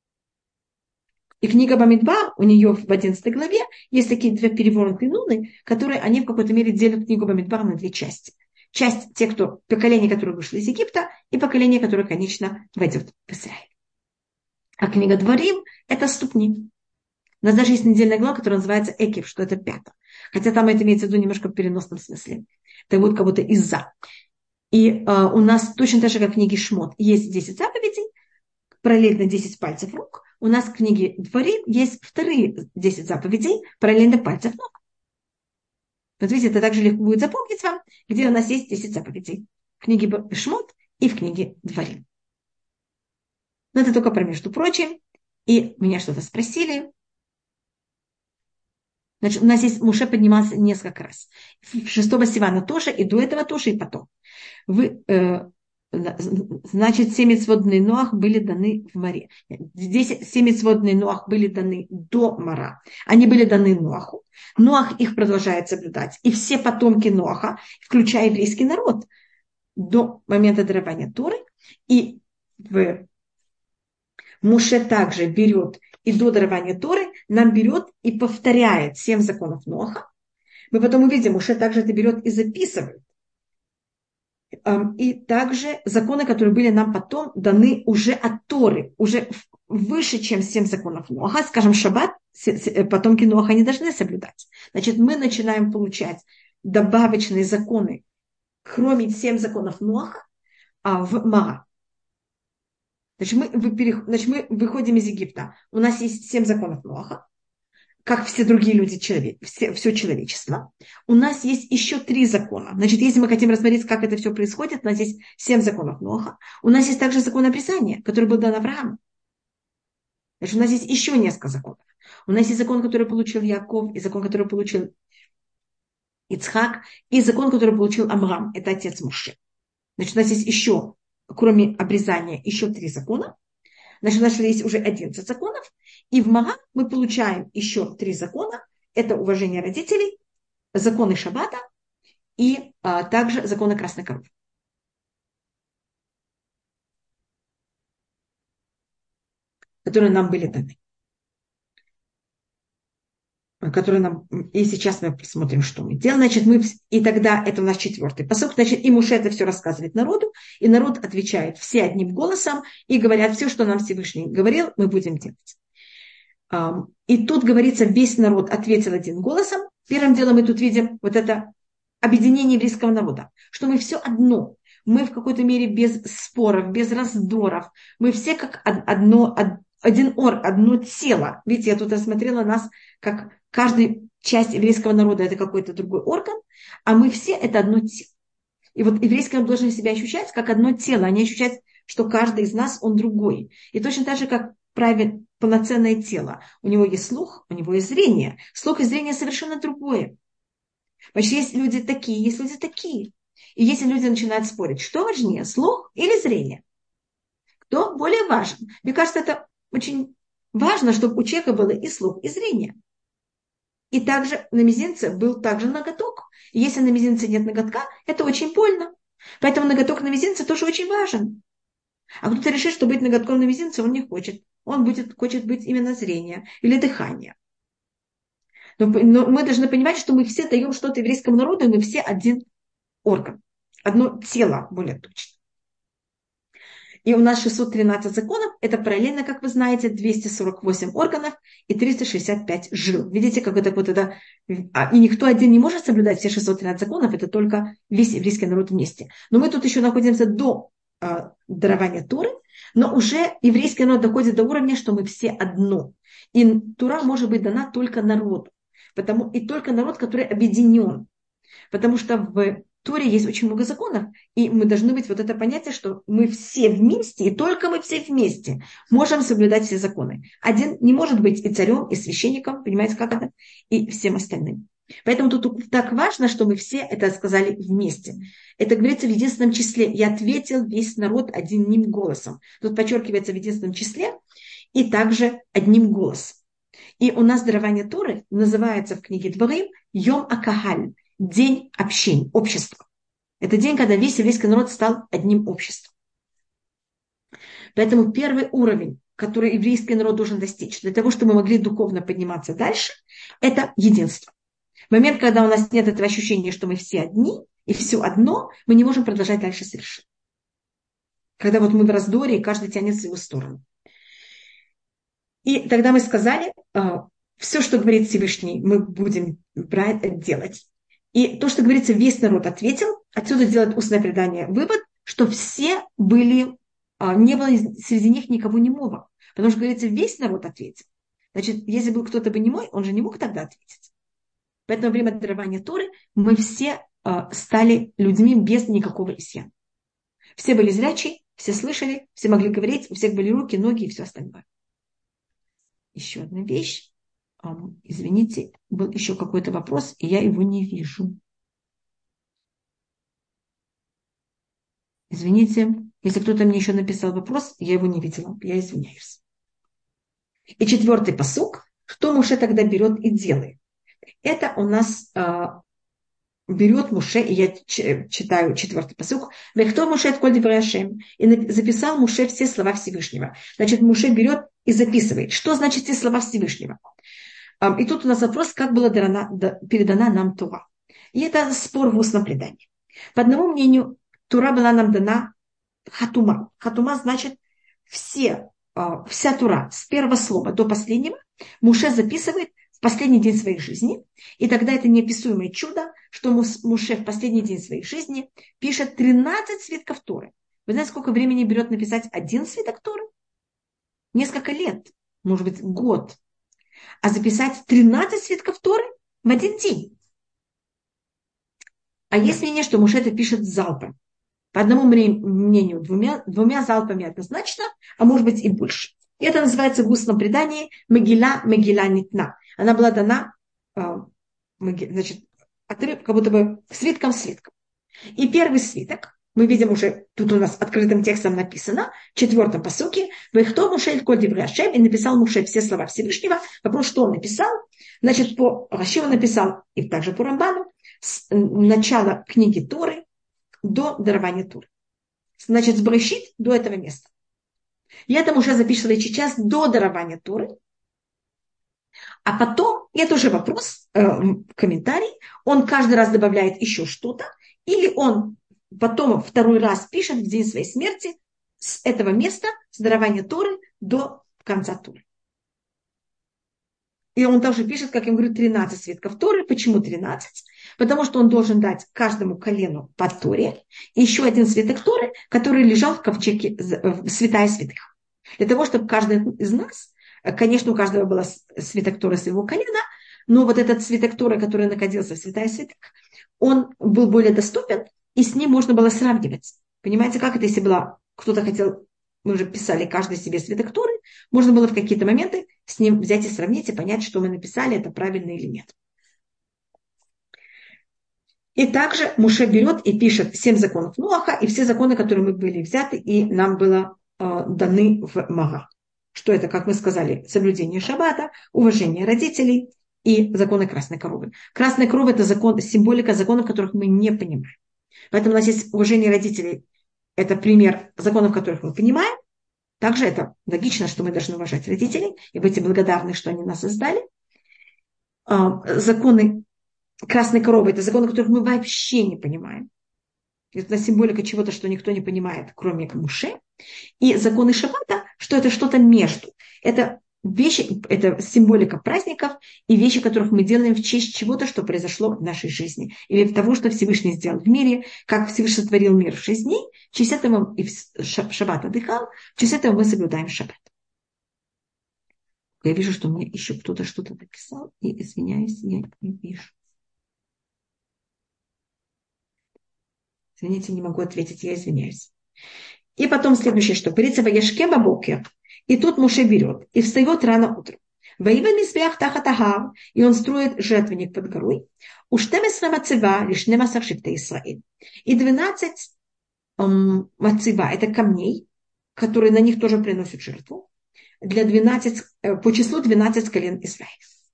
И книга Бамидбар, у нее в одиннадцатой главе есть такие две перевернутые нуны, которые они в какой-то мере делят книгу Бамидбар на две части. Часть тех, кто, поколение, которое вышло из Египта, и поколение, которое, конечно, войдет в Израиль. А книга Дворим – это ступни. У нас даже есть недельная глава, которая называется Экев, что это пятое. Хотя там это имеется в виду немножко в переносном смысле. Это будет как будто из-за. И э, у нас точно так же, как в книге Шмот, есть десять заповедей, параллельно десять пальцев рук. У нас в книге Дворим есть вторые десять заповедей, параллельно пальцев ног. Вот видите, это также легко будет запомнить вам, где у нас есть десять заповедей. В книге Шмот и в книге Дворим. Но это только про между прочим. И меня что-то спросили. Значит, у нас есть Муше поднимался несколько раз. шестого Сивана тоже, и до этого тоже, и потом. Вы, э, значит, семь мицвот бней Ноах были даны в море. Здесь семь мицвот бней Ноах были даны до мора. Они были даны Ноаху. Ноах их продолжает соблюдать. И все потомки Ноаха, включая еврейский народ, до момента дарования Торы. И в Муше также берет и до дарования Торы нам берет и повторяет семь законов Ноаха. Мы потом увидим, Муше также это берет и записывает. И также законы, которые были нам потом даны уже от Торы, уже выше, чем семь законов Ноаха. Скажем, шаббат потомки Ноаха не должны соблюдать. Значит, мы начинаем получать добавочные законы, кроме семь законов Ноаха, в Мара. Значит мы, значит, мы выходим из Египта. У нас есть семь законов Ноаха, как все другие люди, человек, все, все человечество. У нас есть еще три закона. Значит, если мы хотим рассмотреть, как это все происходит, у нас есть семь законов Ноаха. У нас есть также закон обрезания, который был дан Аврааму. Значит, у нас есть еще несколько законов. У нас есть закон, который получил Яков, и закон, который получил Ицхак, и закон, который получил Амрам, это отец Муше. Значит, у нас есть еще, кроме обрезания, еще три закона. Значит, у нас есть уже одиннадцать законов. И в Мага мы получаем еще три закона. Это уважение родителей, законы Шаббата и а, также законы красной коровы. Которые нам были даны. Которые нам... И сейчас мы посмотрим, что мы делаем. Значит, мы... И тогда это у нас четвертый посыл. Значит, и Муше это все рассказывает народу. И народ отвечает все одним голосом. И говорят, все, что нам Всевышний говорил, мы будем делать. И тут говорится, весь народ ответил одним голосом. Первым делом мы тут видим вот это объединение еврейского народа. Что мы все одно. Мы в какой-то мере без споров, без раздоров. Мы все как одно, один ор, одно тело. Видите, я тут рассмотрела нас, как каждая часть еврейского народа это какой-то другой орган, а мы все это одно тело. И вот еврейский народ должен себя ощущать как одно тело, а не ощущать, что каждый из нас, он другой. И точно так же, как правит полноценное тело. У него есть слух, у него есть зрение. Слух и зрение совершенно другое. Значит, есть люди такие, есть люди такие. И если люди начинают спорить, что важнее, слух или зрение? Кто более важен? Мне кажется, это очень важно, чтобы у человека было и слух, и зрение. И также на мизинце был также ноготок. И если на мизинце нет ноготка, это очень больно. Поэтому ноготок на мизинце тоже очень важен. А кто-то решит, что быть ноготком на мизинце он не хочет. Он будет, хочет быть именно зрение или дыхание. Но, но мы должны понимать, что мы все даем что-то еврейскому народу, и мы все один орган. Одно тело, более точно. И у нас шестьсот тринадцать законов, это параллельно, как вы знаете, двести сорок восемь органов и триста шестьдесят пять жил. Видите, как это вот это... И никто один не может соблюдать все шестьсот тринадцать законов, это только весь еврейский народ вместе. Но мы тут еще находимся до э, дарования Торы, но уже еврейский народ доходит до уровня, что мы все одно. И Тура может быть дана только народу. Потому, и только народ, который объединен. Потому что в Торе есть очень много законов, и мы должны быть вот это понятие, что мы все вместе, и только мы все вместе можем соблюдать все законы. Один не может быть и царем, и священником, понимаете, как это, и всем остальным. Поэтому тут так важно, что мы все это сказали вместе. Это говорится в единственном числе. И ответил весь народ одним голосом. Тут подчеркивается в единственном числе и также одним голосом. И у нас дарование Торы называется в книге Дворим Йом Акахаль. День общения, общества. Это день, когда весь еврейский народ стал одним обществом. Поэтому первый уровень, который еврейский народ должен достичь, для того, чтобы мы могли духовно подниматься дальше, это единство. В момент, когда у нас нет этого ощущения, что мы все одни, и все одно, мы не можем продолжать дальше совершенно. Когда вот мы в раздоре, и каждый тянет в свою сторону. И тогда мы сказали, все, что говорит Всевышний, мы будем брать, делать. И то, что говорится, весь народ ответил, отсюда делает устное предание вывод, что все были, не было среди них никого немого. Потому что, говорится, весь народ ответил. Значит, если был кто-то бы немой, он же не мог тогда ответить. Поэтому во время дарования Торы мы все стали людьми без никакого исьяна. Все были зрячие, все слышали, все могли говорить, у всех были руки, ноги и все остальное. Еще одна вещь. Извините, был еще какой-то вопрос, и я его не вижу. Извините, если кто-то мне еще написал вопрос, я его не видела, я извиняюсь. И четвертый пасук, что Моше тогда берет и делает. Это у нас а, берет Моше, и я читаю четвертый пасук, «Вехто Моше коль диврей Ашем», и записал Моше все слова Всевышнего. Значит, Моше берет и записывает. Что значит все слова Всевышнего? И тут у нас вопрос, как была дана, передана нам Тура. И это спор в устном предании. По одному мнению, Тура была нам дана хатума. Хатума значит все, вся Тура с первого слова до последнего Моше записывает в последний день своей жизни. И тогда это неописуемое чудо, что Моше в последний день своей жизни пишет тринадцать свитков Торы. Вы знаете, сколько времени берет написать один свиток Торы? Несколько лет, может быть, год. А записать тринадцать свитков Торы в один день. А есть мнение, что Моше это пишет залпом. По одному мнению, двумя, двумя залпами однозначно, а может быть и больше. И это называется в устном предании Мегила Мегила Нитна. Она была дана, значит, отрыв, как будто бы свитком-свитком. И первый свиток, мы видим уже, тут у нас открытым текстом написано, в четвертом пасуке, «Вехто Моше коль диврей Ашем», и написал Моше все слова Всевышнего. Вопрос, что он написал? Значит, по Раши он написал, и также по Рамбану, с начала книги Торы до дарования Торы. Значит, с Брешит до этого места. И это Моше записывает сейчас до дарования Торы. А потом, это уже вопрос, э, комментарий, он каждый раз добавляет еще что-то, или он потом второй раз пишет в день своей смерти с этого места, с дарования Торы до конца Торы. И он также пишет, как я говорю, тринадцать свитков Торы. Почему тринадцать? Потому что он должен дать каждому колену по Торе еще один свиток Торы, который лежал в ковчеге святая святых. Для того, чтобы каждый из нас, конечно, у каждого был свиток Торы своего колена, но вот этот свиток Торы, который находился в святая святых, он был более доступен, и с ним можно было сравнивать. Понимаете, как это, если было, кто-то хотел, мы уже писали каждый себе свиток Торы, можно было в какие-то моменты с ним взять и сравнить, и понять, что мы написали, это правильно или нет. И также Моше берет и пишет семь законов Ноаха, и все законы, которые мы были взяты, и нам было э, даны в Мага. что это, как мы сказали, соблюдение шаббата, уважение родителей и законы красной коровы. Красная корова – это закон, символика законов, которых мы не понимаем. Поэтому у нас есть уважение родителей. Это пример законов, которых мы понимаем. Также это логично, что мы должны уважать родителей и быть им благодарны, что они нас создали. Законы красной коровы – это законы, которых мы вообще не понимаем. Это символика чего-то, что никто не понимает, кроме Муше. И законы шаббата, что это что-то между. Это вещи, это символика праздников и вещи, которых мы делаем в честь чего-то, что произошло в нашей жизни. Или того, что Всевышний сделал в мире, как Всевышний сотворил мир в шесть дней. В честь этого и шаббат отдыхал, в честь этого мы соблюдаем шаббат. Я вижу, что мне еще кто-то что-то написал, и извиняюсь, я не вижу. Извините, не могу ответить, я извиняюсь. И потом следующее, что говорится, «Ваяшке бабокер». И тут Муше берет и встает рано утром. «Ваивен мизбеах тахат ахав». И он строит жертвенник под горой. «Уштемесра мацева лишнемасар шифтей Исраэль». И двенадцать эм, мацева, это камней, которые на них тоже приносят жертву, для двенадцати, э, по числу двенадцать колен Израиля.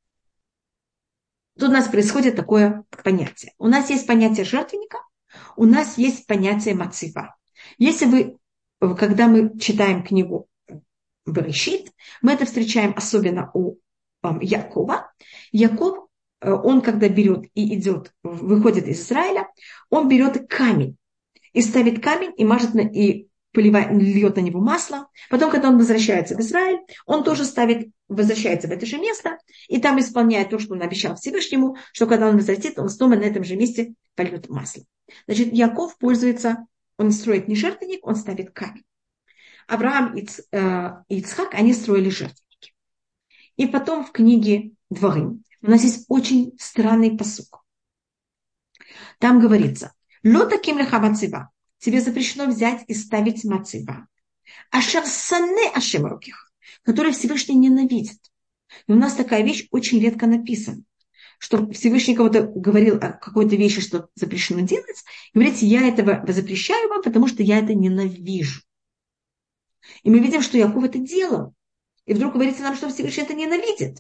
Тут у нас происходит такое понятие. У нас есть понятие жертвенника, у нас есть понятие мацева. Если вы, когда мы читаем книгу Берешит, мы это встречаем особенно у э, Якова. Яков, э, он когда берет и идет, выходит из Израиля, он берет камень и ставит камень и мажет на, и поливает, льет на него масло. Потом, когда он возвращается в Израиль, он тоже ставит, возвращается в это же место и там исполняет то, что он обещал Всевышнему, что когда он возвратится, он снова на этом же месте польет масло. Значит, Яков пользуется, он строит не жертвенник, он ставит камень. Авраам и Ицхак, они строили жертвенники. И потом в книге Дворим у нас есть очень странный пасук. Там говорится, «Ло таким леха мацева». Тебе запрещено взять и ставить мацева. Ашер сане ашем руких, который Всевышний ненавидит. И у нас такая вещь очень редко написана. Что Всевышний кого-то говорил о какой-то вещи, что запрещено делать. И говорите, я этого запрещаю вам, потому что я это ненавижу. И мы видим, что Яков это делал. И вдруг говорится нам, что Всевышний это ненавидит.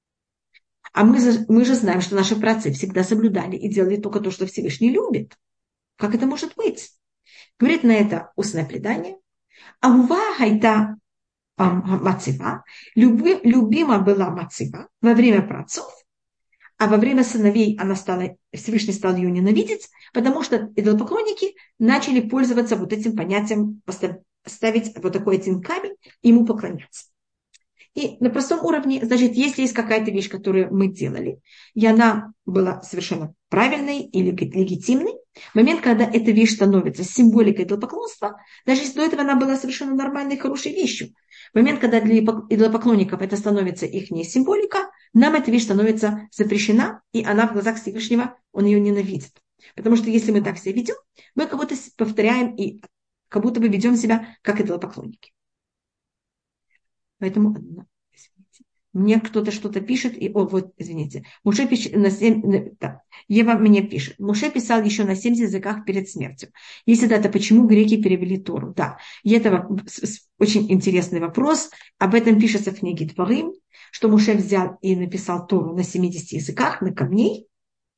А мы, мы же знаем, что наши праотцы всегда соблюдали и делали только то, что Всевышний любит. Как это может быть? Говорит на это устное предание. Ахува хайта мацева. Любима была мацева во время праотцов. А во время сыновей она стала, Всевышний стал ее ненавидеть, потому что идолопоклонники начали пользоваться вот этим понятием, ставить вот такой один камень и ему поклоняться. И на простом уровне, значит, если есть какая-то вещь, которую мы делали, и она была совершенно правильной или легитимной, в момент, когда эта вещь становится символикой идолопоклонства, даже если до этого она была совершенно нормальной, хорошей вещью, в момент, когда для идолопоклонников это становится их символика, нам эта вещь становится запрещена, и она в глазах Всевышнего, он ее ненавидит. Потому что если мы так себя ведем, мы как будто повторяем и как будто бы ведем себя как идолопоклонники. Поэтому, извините, мне кто-то что-то пишет, и, о, вот, извините, Муше пишет на семь, да, Ева мне пишет, Муше писал еще на семь языках перед смертью. Если да, то почему греки перевели Тору? Да, и это очень интересный вопрос, об этом пишется в книге Дворим, что Муше взял и написал Тору на семидесяти языках, на камней,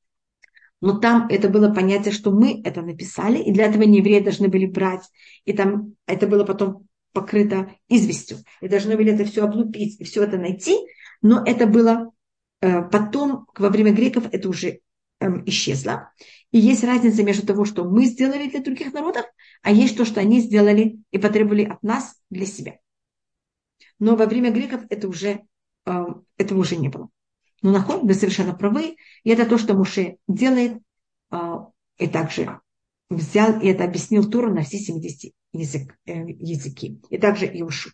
но там это было понятие, что мы это написали, и для этого не евреи должны были брать, и там это было потом покрыто известью. И должны были это все облупить и все это найти. Но это было э, потом, во время греков, это уже э, исчезло. И есть разница между того, что мы сделали для других народов, а есть то, что они сделали и потребовали от нас для себя. Но во время греков это уже, э, этого уже не было. Но наход, вы совершенно правы. И это то, что Муше делает. Э, и также взял и это объяснил Тору на все семидесяти язык, э, языки. И также Иошу.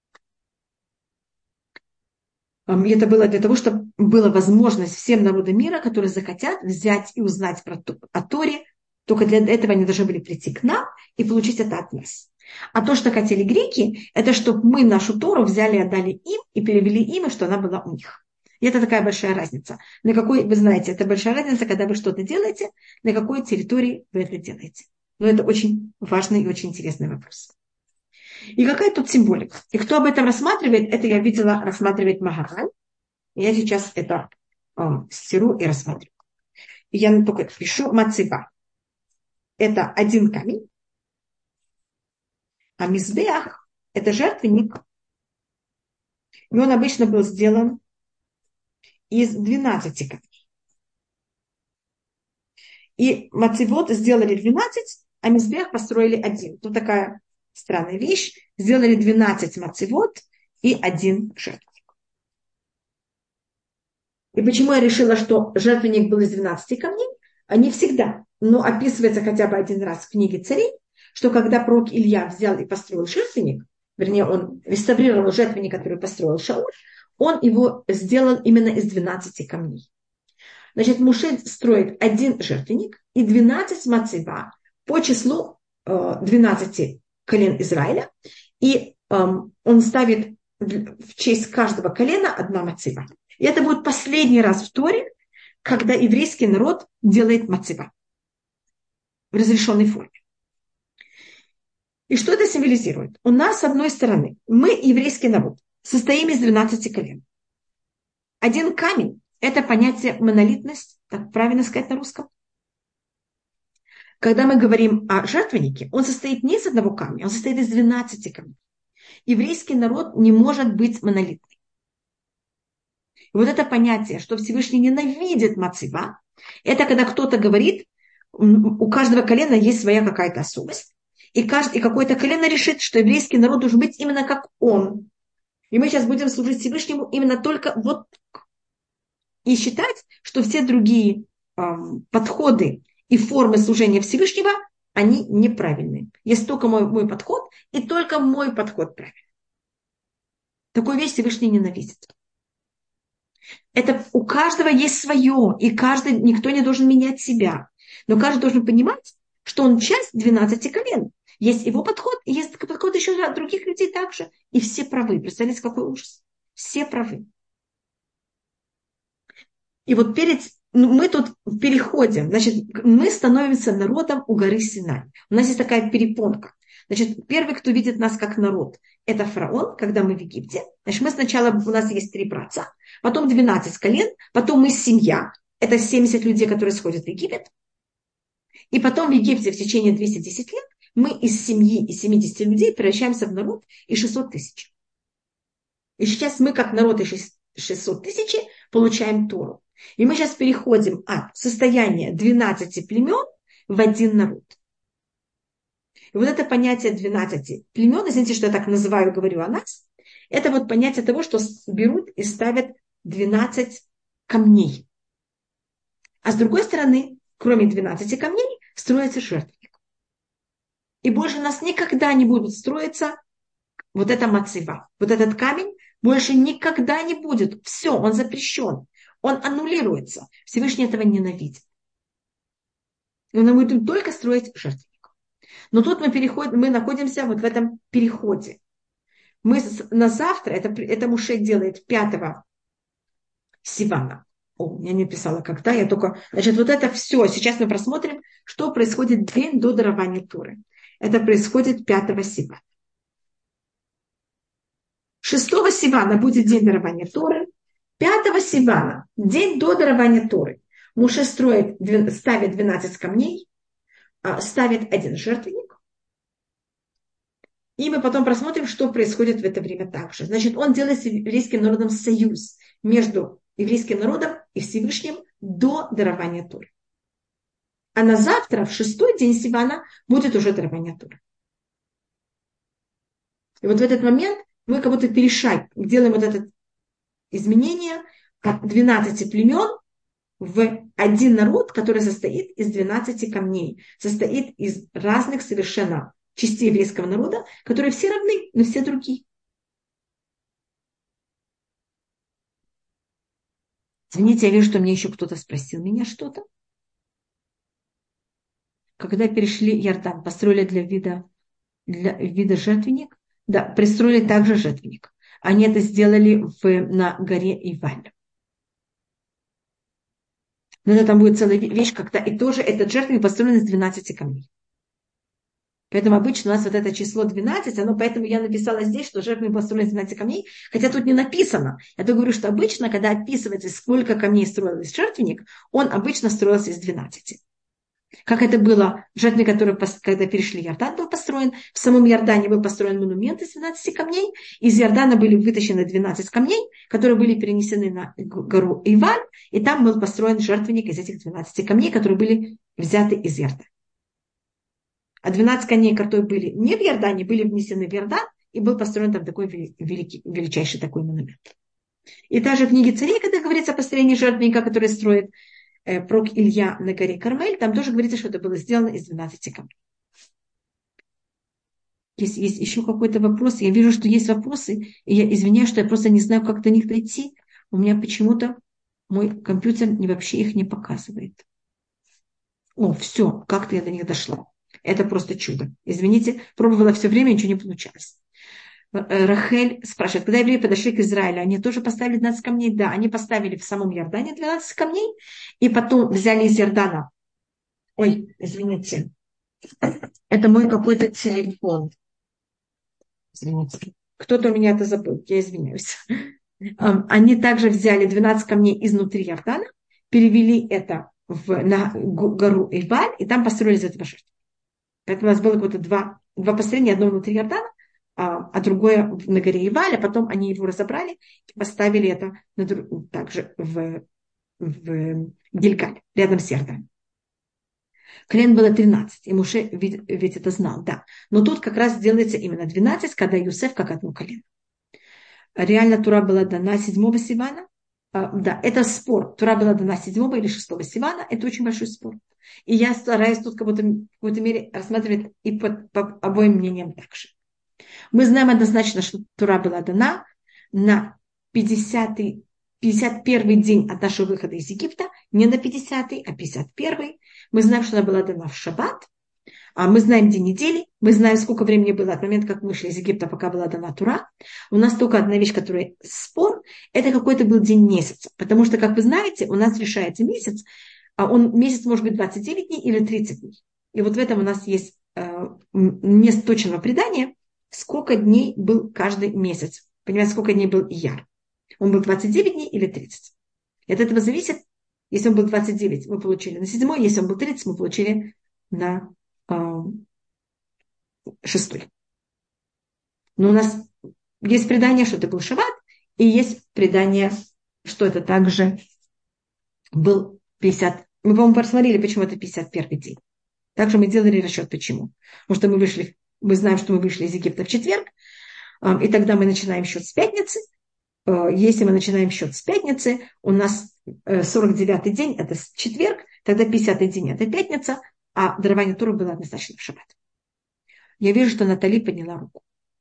И это было для того, чтобы была возможность всем народам мира, которые захотят взять и узнать про, о Торе, только для этого они должны были прийти к нам и получить это от нас. А то, что хотели греки, это чтобы мы нашу Тору взяли и отдали им, и перевели им, и что она была у них. И это такая большая разница. На какой, вы знаете, это большая разница, когда вы что-то делаете, на какой территории вы это делаете. Но это очень важный и очень интересный вопрос. И какая тут символика? И кто об этом рассматривает, это я видела, рассматривает Магараль. Я сейчас это э, стиру и рассматриваю. И я только пишу мацива. Это один камень, а мизбеах – это жертвенник. И он обычно был сделан из двенадцати камней. И мацивот сделали двенадцать, а мизбеах построили один. Тут такая странная вещь. Сделали двенадцать мацивот и один жертвенник. И почему я решила, что жертвенник был из двенадцати камней? А не всегда. Но описывается хотя бы один раз в книге Царей, что когда пророк Илья взял и построил жертвенник, вернее, он реставрировал жертвенник, который построил Шауль, он его сделал именно из двенадцати камней. Значит, Муше строит один жертвенник и двенадцать мацива по числу э, двенадцати колен Израиля. И э, он ставит в честь каждого колена одна мацива. И это будет последний раз в Торе, когда еврейский народ делает мацива в разрешенной форме. И что это символизирует? У нас, с одной стороны, мы, еврейский народ, состоим из двенадцати колен. Один камень – это понятие монолитность, так правильно сказать на русском. Когда мы говорим о жертвеннике, он состоит не из одного камня, он состоит из двенадцати камней. Еврейский народ не может быть монолитным. И вот это понятие, что Всевышний ненавидит мацива, это когда кто-то говорит, у каждого колена есть своя какая-то особость, и, каждый, и какое-то колено решит, что еврейский народ должен быть именно как он. И мы сейчас будем служить Всевышнему именно только вот так. И считать, что все другие эм, подходы и формы служения Всевышнего, они неправильные. Есть только мой, мой подход, и только мой подход правильный. Такую вещь Всевышний ненавидит. Это у каждого есть свое, и каждый, никто не должен менять себя. Но каждый должен понимать, что он часть двенадцати колен. Есть его подход, и есть подход еще от других людей также. И все правы. Представляете, какой ужас? Все правы. И вот перед, ну, мы тут переходим. Значит, мы становимся народом у горы Синай. У нас есть такая перепонка. Значит, первый, кто видит нас как народ, это фараон, когда мы в Египте. Значит, мы сначала, у нас есть три братца, потом двенадцать колен, потом мы семья. Это семьдесят людей, которые сходят в Египет. И потом в Египте в течение двухсот десяти лет мы из семьи и семидесяти людей превращаемся в народ и шестьсот тысяч. И сейчас мы как народ и шестьсот тысяч получаем Тору. И мы сейчас переходим от состояния двенадцати племен в один народ. И вот это понятие двенадцати племен, извините, что я так называю, говорю о нас, это вот понятие того, что берут и ставят двенадцать камней. А с другой стороны, кроме двенадцати камней, строится жертвенник. И больше у нас никогда не будет строиться вот эта мацива. Вот этот камень больше никогда не будет. Все, он запрещен. Он аннулируется. Всевышний этого ненавидит. И он будет только строить жертвенник. Но тут мы, переходим, мы находимся вот в этом переходе. Мы на завтра, это, это Муше делает пятого Сивана. О, я не писала когда, я только... Значит, вот это все. Сейчас мы просмотрим, что происходит день до дарования Торы. Это происходит пятого Сивана. шестого Сивана будет день дарования Торы. пятого Сивана, день до дарования Торы. Муше строит, ставит двенадцать камней, ставит один жертвенник. И мы потом просмотрим, что происходит в это время также. Значит, он делает с еврейским народом союз между еврейским народом и Всевышним до дарования Торы. А на завтра, в шестой день Сивана, будет уже дарование Торы. И вот в этот момент мы как будто перешаг, делаем вот это изменение от двенадцати племен в один народ, который состоит из двенадцати камней, состоит из разных совершенно частей еврейского народа, которые все равны, но все другие. Извините, я вижу, что мне еще кто-то спросил меня что-то. Когда перешли Иордан, построили для вида, для вида жертвенник, да, пристроили также жертвенник. Они это сделали в, на горе Иваль. Но это там будет целая вещь, когда и тоже этот жертвенник построен из двенадцати камней. Поэтому обычно у нас вот это число двенадцать, оно, поэтому я написала здесь, что жертвенник был построен из двенадцати камней, хотя тут не написано. Я то говорю, что обычно, когда описывается, сколько камней строился жертвенник, он обычно строился из двенадцати. Как это было, жертвенник, который, когда перешли Иордан, был построен. В самом Иордане был построен монумент из двенадцати камней. Из Иордана были вытащены двенадцать камней, которые были перенесены на гору Иваль. И там был построен жертвенник из этих двенадцати камней, которые были взяты из Иордана. А двенадцать камней, которые были не в Иордане, были внесены в Иордан. И был построен там такой великий, величайший такой монумент. И также в книге Царей, когда говорится о построении жертвенника, который строит пророк Илья на горе Кармель, там тоже говорится, что это было сделано из двенадцати камней. Если есть еще какой-то вопрос, я вижу, что есть вопросы, и я извиняюсь, что я просто не знаю, как до них дойти. У меня почему-то мой компьютер вообще их не показывает. О, все, как-то я до них дошла. Это просто чудо. Извините, пробовала все время, ничего не получалось. Рахель спрашивает, когда евреи подошли к Израилю, они тоже поставили двенадцать камней? Да, они поставили в самом Иордане двенадцать камней, и потом взяли из Иордана. Ой, извините. Это мой какой-то телефон. Извините. Кто-то у меня это забыл, я извиняюсь. Они также взяли двенадцать камней изнутри Иордана, перевели это в, на гору Эйваль, и там построили из этого жертву. Поэтому у нас было какое-то два, два построения, одно внутри Иордана, а, а другое на горе Иваль, а потом они его разобрали и поставили это на, также в, в Гильгаль, рядом с Иорданом. Колен было тринадцать, и Муше ведь, ведь это знал, да. Но тут как раз делается именно двенадцать, когда Юсеф как одно колено. Реально Тура была дана седьмого Сивана. А, да, это спор. Тура была дана седьмого или шестого Сивана. Это очень большой спор. И я стараюсь тут как будто, в какой-то мере рассматривать и по, по обоим мнениям также. Мы знаем однозначно, что Тура была дана на пятидесятый, пятьдесят первый день от нашего выхода из Египта, не на пятидесятый, а пятьдесят первый. Мы знаем, что она была дана в шаббат, а мы знаем день недели, мы знаем, сколько времени было от момента, как мы вышли из Египта, пока была дана Тура. У нас только одна вещь, которая спор, это какой-то был день месяца. Потому что, как вы знаете, у нас решается месяц, а он, месяц может быть двадцать девять дней или тридцать дней. И вот в этом у нас есть э, место точного предания, сколько дней был каждый месяц. Понимаете, сколько дней был Ияр. Он был двадцать девять дней или тридцать. И от этого зависит, если он был двадцать девять, мы получили на седьмой, если он был тридцать, мы получили на э, шестой. Но у нас есть предание, что это был шаббат, и есть предание, что это также был пятьдесят. Мы, по-моему, посмотрели, почему это пятьдесят первый день. Также мы делали расчет, почему. Потому что мы вышли, мы знаем, что мы вышли из Египта в четверг, и тогда мы начинаем счет с пятницы. Если мы начинаем счет с пятницы, у нас сорок девятый день – это четверг, тогда пятидесятый день – это пятница, а дарование Торы было однозначно в шаббат. Я вижу, что Натали подняла руку.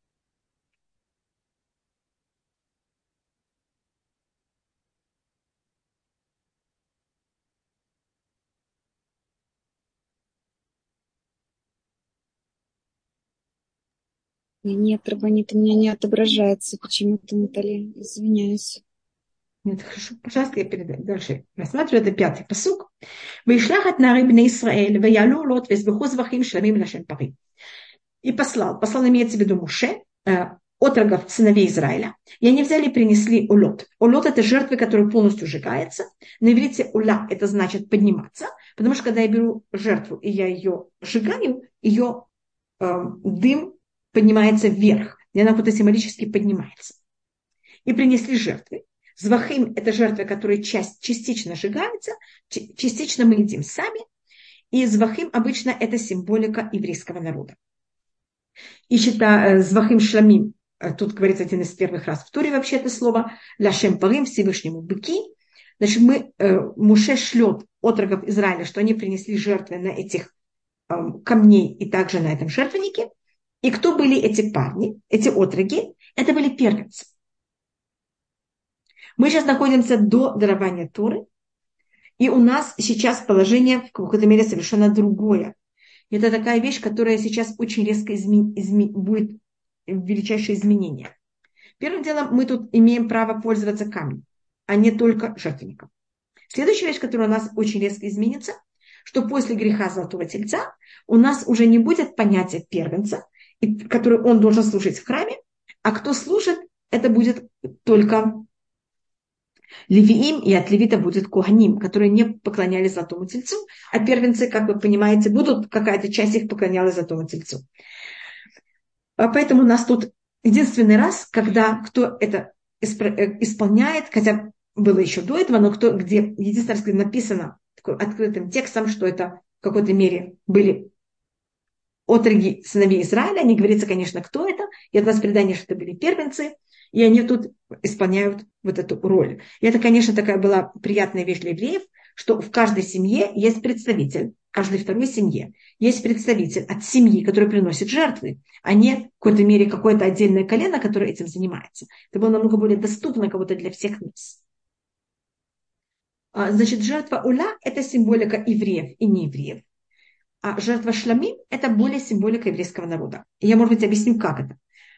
Нет, Рабанит, у меня не отображается почему-то, Наталья. Извиняюсь.
Нет, хорошо. Пожалуйста, я передаю. Дальше рассматриваю. Это пятый пасук. «Вишлахат нары бней Исраэль, ваялу лот везбеху звахим шламим лашем пари». И послал. Послал имеется в виду Муше, э, отрогов сыновей Израиля. И они взяли и принесли улот. Улот – это жертва, которая полностью сжигается. На иврите ула – это значит подниматься. Потому что когда я беру жертву и я ее сжигаю, ее э, дым поднимается вверх. И она куда-то символически поднимается. И принесли жертвы. Звахим – это жертва, которая часть, частично сжигается, частично мы едим сами. И звахим обычно это символика еврейского народа. И считая звахим шламим, тут говорится один из первых раз в Туре вообще это слово, ляшем парим, Всевышнему быки. Значит, мы, Муше шлет отроков Израиля, что они принесли жертвы на этих камней и также на этом жертвеннике. И кто были эти парни, эти отроги? Это были первенцы. Мы сейчас находимся до дарования Торы, и у нас сейчас положение в какой-то мере совершенно другое. Это такая вещь, которая сейчас очень резко изме... Изме... будет величайшее изменение. Первым делом мы тут имеем право пользоваться камнем, а не только жертвенником. Следующая вещь, которая у нас очень резко изменится, что после греха Золотого Тельца у нас уже не будет понятия первенца, который он должен служить в храме, а кто служит, это будет только Левиим, и от левита будет Коганим, которые не поклонялись Золотому Тельцу, а первенцы, как вы понимаете, будут, какая-то часть их поклонялась Золотому Тельцу. Поэтому у нас тут единственный раз, когда кто это исполняет, хотя было еще до этого, но кто, где единственный раз, где написано таким открытым текстом, что это в какой-то мере были отроги сыновей Израиля, не говорится, конечно, кто это, и от нас предание, что это были первенцы, и они тут исполняют вот эту роль. И это, конечно, такая была приятная вещь для евреев, что в каждой семье есть представитель, в каждой второй семье есть представитель от семьи, который приносит жертвы, а не в какой-то мере какое-то отдельное колено, которое этим занимается. Это было намного более доступно кого-то для всех нас. Значит, жертва уля – это символика евреев и неевреев. А жертва шламим – это более символика еврейского народа. И я, может быть, объясню, как это.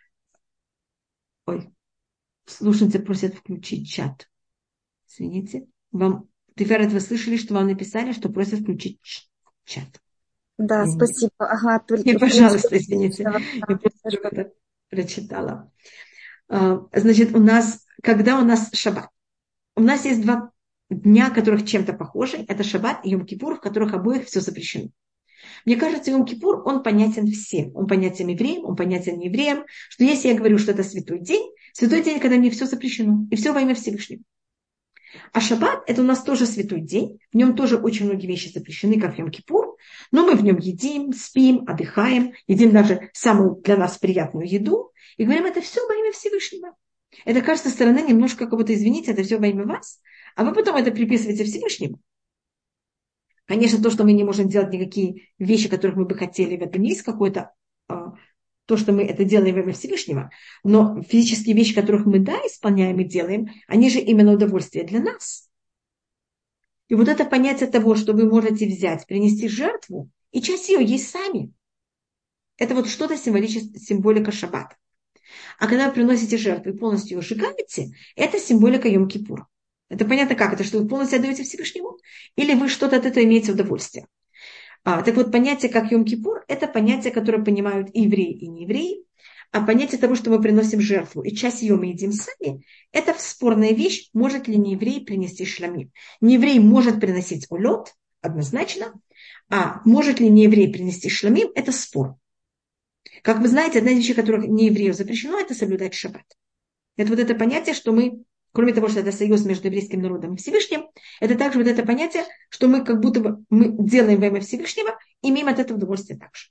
Ой, слушайте, просят включить чат. Извините. Вам, Тиферет, вы слышали, что вам написали, что просят включить чат?
Да,
И
спасибо. Ага, только...
И, пожалуйста, извините. Я просто это прочитала. Значит, у нас, когда у нас шаббат? У нас есть два дня, которых чем-то похожи. Это шаббат и Йом-Кипур, в которых обоих все запрещено. Мне кажется, Йом-Кипур, он понятен всем. Он понятен евреям, он понятен неевреям. Что если я говорю, что это святой день, святой день, когда мне все запрещено. И все во имя Всевышнего. А шаббат, это у нас тоже святой день. В нем тоже очень многие вещи запрещены, как Йом-Кипур. Но мы в нем едим, спим, отдыхаем. Едим даже самую для нас приятную еду. И говорим, это все во имя Всевышнего. Это кажется со стороны немножко, как будто, извините, это все во имя вас. А вы потом это приписываете Всевышнему. Конечно, то, что мы не можем делать никакие вещи, которых мы бы хотели, в этом есть какое-то, то, что мы это делаем во имя Всевышнего. Но физические вещи, которых мы, да, исполняем и делаем, они же именно удовольствие для нас. И вот это понятие того, что вы можете взять, принести жертву, и часть ее есть сами. Это вот что-то символическое, символика шаббата. А когда вы приносите жертву и полностью ее сжигаете, это символика Йом-Кипура. Это понятно как? Это что вы полностью отдаете Всевышнему? Или вы что-то от этого имеете удовольствие? А, так вот, понятие как Йом-Кипур – это понятие, которое понимают и евреи, и неевреи. А понятие того, что мы приносим жертву, и часть ее мы едим сами, это спорная вещь, может ли нееврей принести шламим. Нееврей может приносить улет, однозначно, а может ли нееврей принести шламим – это спор. Как вы знаете, одна из вещей, которых нееврею запрещено, это соблюдать шаббат. Это вот это понятие, что мы, кроме того, что это союз между еврейским народом и Всевышним, это также вот это понятие, что мы как будто бы мы делаем во имя Всевышнего, имеем от этого удовольствие также.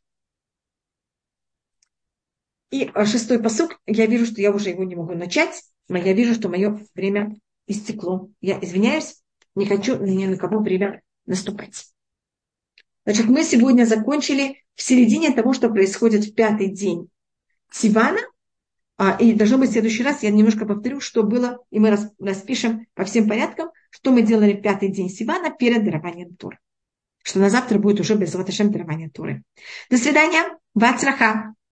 И шестой пасук, я вижу, что я уже его не могу начать, но я вижу, что мое время истекло. Я извиняюсь, не хочу ни на кого время наступать. Значит, мы сегодня закончили в середине того, что происходит в пятый день Сивана. А, и должно быть в следующий раз, я немножко повторю, что было, и мы рас, распишем по всем порядкам, что мы делали в пятый день Сивана перед дарованием Торы. Что на завтра будет уже без Латашем дарование Торы. До свидания. Бацраха.